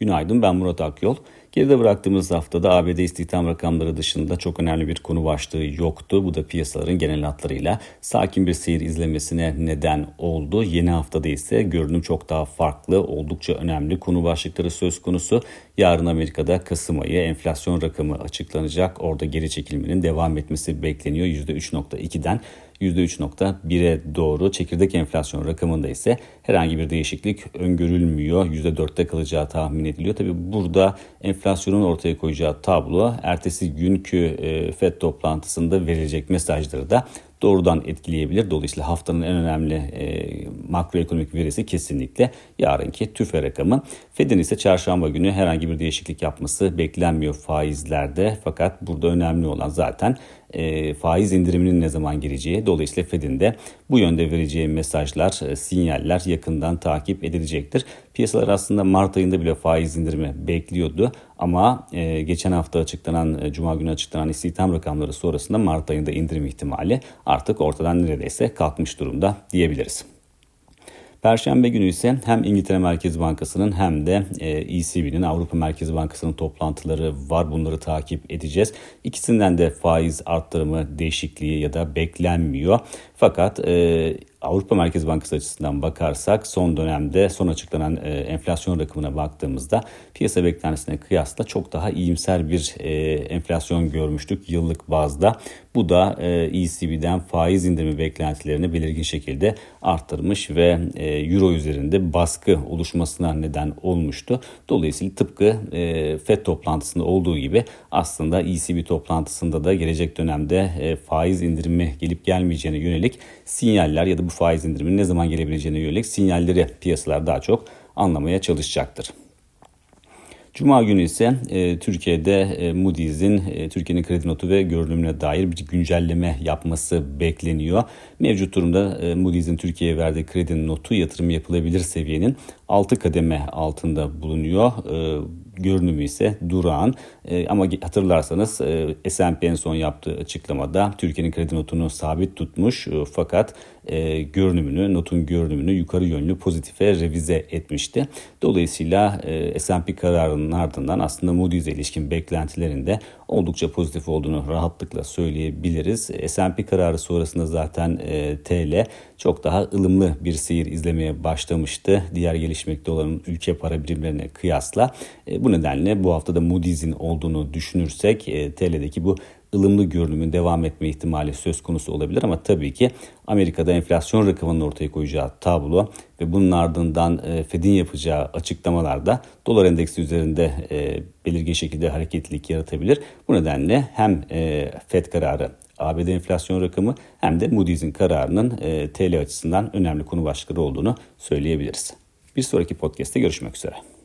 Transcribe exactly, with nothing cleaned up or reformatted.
Günaydın, ben Murat Akyol. Geride bıraktığımız haftada A B D istihdam rakamları dışında çok önemli bir konu başlığı yoktu. Bu da piyasaların genel hatlarıyla sakin bir seyir izlemesine neden oldu. Yeni haftada ise görünüm çok daha farklı, oldukça önemli konu başlıkları söz konusu. Yarın Amerika'da Kasım ayı enflasyon rakamı açıklanacak. Orada geri çekilmenin devam etmesi bekleniyor. yüzde üç virgül iki'den yüzde üç virgül bir'e doğru. Çekirdek enflasyon rakamında ise herhangi bir değişiklik öngörülmüyor. yüzde dört'te kalacağı tahmin ediliyor. Tabii burada enflasyonun ortaya koyacağı tablo ertesi günkü Fed toplantısında verilecek mesajları da doğrudan etkileyebilir. Dolayısıyla haftanın en önemli e, makroekonomik verisi kesinlikle yarınki tüfe rakamı. Fed'in ise çarşamba günü herhangi bir değişiklik yapması beklenmiyor faizlerde. Fakat burada önemli olan zaten e, faiz indiriminin ne zaman geleceği. Dolayısıyla Fed'in de bu yönde vereceği mesajlar, e, sinyaller yakından takip edilecektir. Piyasalar aslında Mart ayında bile faiz indirimi bekliyordu. Ama e, geçen hafta açıklanan, e, Cuma günü açıklanan istihdam rakamları sonrasında Mart ayında indirim ihtimali artık ortadan neredeyse kalkmış durumda diyebiliriz. Perşembe günü ise hem İngiltere Merkez Bankası'nın hem de E C B'nin, Avrupa Merkez Bankası'nın toplantıları var. Bunları takip edeceğiz. İkisinden de faiz arttırımı değişikliği ya da beklenmiyor. Fakat e, Avrupa Merkez Bankası açısından bakarsak son dönemde son açıklanan e, enflasyon rakamına baktığımızda piyasa beklentisine kıyasla çok daha iyimser bir e, enflasyon görmüştük yıllık bazda. Bu da e, E C B'den faiz indirimi beklentilerini belirgin şekilde arttırmış ve e, Euro üzerinde baskı oluşmasına neden olmuştu. Dolayısıyla tıpkı e, Fed toplantısında olduğu gibi aslında E C B toplantısında da gelecek dönemde e, faiz indirimi gelip gelmeyeceğine yönelik sinyaller ya da bu faiz indiriminin ne zaman gelebileceğine yönelik sinyalleri piyasalar daha çok anlamaya çalışacaktır. Cuma günü ise e, Türkiye'de e, Moody's'in e, Türkiye'nin kredi notu ve görünümüne dair bir güncelleme yapması bekleniyor. Mevcut durumda e, Moody's'in Türkiye'ye verdiği kredi notu yatırım yapılabilir seviyenin altı kademe altında bulunuyor. E, görünümü ise durağan. E, ama hatırlarsanız e, S and P en son yaptığı açıklamada Türkiye'nin kredi notunu sabit tutmuş e, fakat e, görünümünü, notun görünümünü yukarı yönlü pozitife revize etmişti. Dolayısıyla e, S and P kararının ardından aslında Moody's'e ilişkin beklentilerinde oldukça pozitif olduğunu rahatlıkla söyleyebiliriz. S and P kararı sonrasında zaten e, T L çok daha ılımlı bir seyir izlemeye başlamıştı. Diğer gelişmekte olan ülke para birimlerine kıyasla. E, bu nedenle bu haftada Moody's'in olduğunu düşünürsek e, T L'deki bu ılımlı görünümün devam etme ihtimali söz konusu olabilir ama tabii ki Amerika'da enflasyon rakamının ortaya koyacağı tablo ve bunun ardından e, Fed'in yapacağı açıklamalarda dolar endeksi üzerinde e, belirgin şekilde hareketlilik yaratabilir. Bu nedenle hem e, Fed kararı, A B D enflasyon rakamı hem de Moody's'in kararının e, T L açısından önemli konu başlıkları olduğunu söyleyebiliriz. Bir sonraki podcast'te görüşmek üzere.